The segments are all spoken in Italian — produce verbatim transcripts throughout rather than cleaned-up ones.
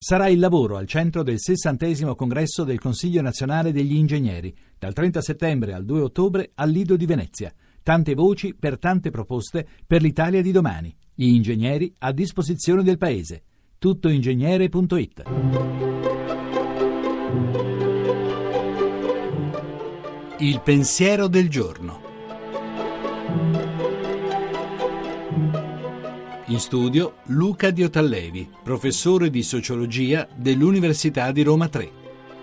Sarà il lavoro al centro del sessantesimo congresso del Consiglio Nazionale degli Ingegneri, dal trenta settembre al due ottobre al Lido di Venezia. Tante voci per tante proposte per l'Italia di domani. Gli ingegneri a disposizione del Paese. tuttoingegnere punto it. Il pensiero del giorno. In studio Luca Diotallevi, professore di sociologia dell'Università di Roma tre.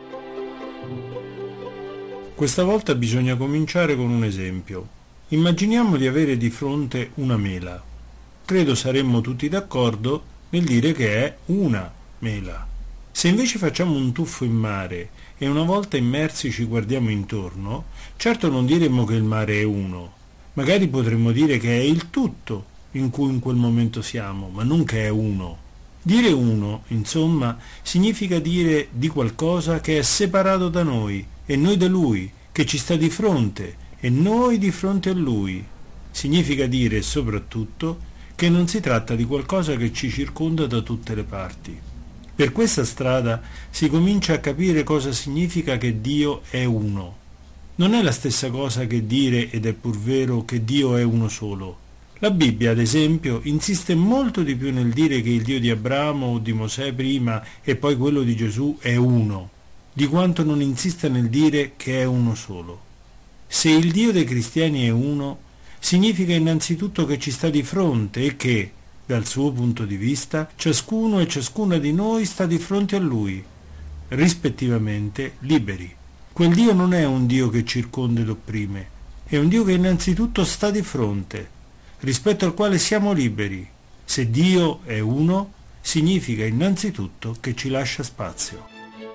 Questa volta bisogna cominciare con un esempio. Immaginiamo di avere di fronte una mela. Credo saremmo tutti d'accordo nel dire che è una mela. Se invece facciamo un tuffo in mare e una volta immersi ci guardiamo intorno, certo non diremmo che il mare è uno. Magari potremmo dire che è il tutto in cui in quel momento siamo, ma non che è uno. Dire uno, insomma, significa dire di qualcosa che è separato da noi e noi da lui, che ci sta di fronte e noi di fronte a lui. Significa dire soprattutto che non si tratta di qualcosa che ci circonda da tutte le parti. Per questa strada si comincia a capire cosa significa che Dio è uno. Non è la stessa cosa che dire, ed è pur vero, che Dio è uno solo. La Bibbia, ad esempio, insiste molto di più nel dire che il Dio di Abramo o di Mosè prima e poi quello di Gesù è uno, di quanto non insista nel dire che è uno solo. Se il Dio dei cristiani è uno, significa innanzitutto che ci sta di fronte e che, dal suo punto di vista, ciascuno e ciascuna di noi sta di fronte a Lui, rispettivamente liberi. Quel Dio non è un Dio che circonda ed opprime, è un Dio che innanzitutto sta di fronte, rispetto al quale siamo liberi. Se Dio è uno, significa innanzitutto che ci lascia spazio.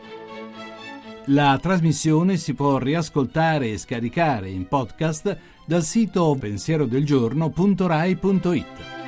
La trasmissione si può riascoltare e scaricare in podcast dal sito pensierodelgiorno punto rai punto it.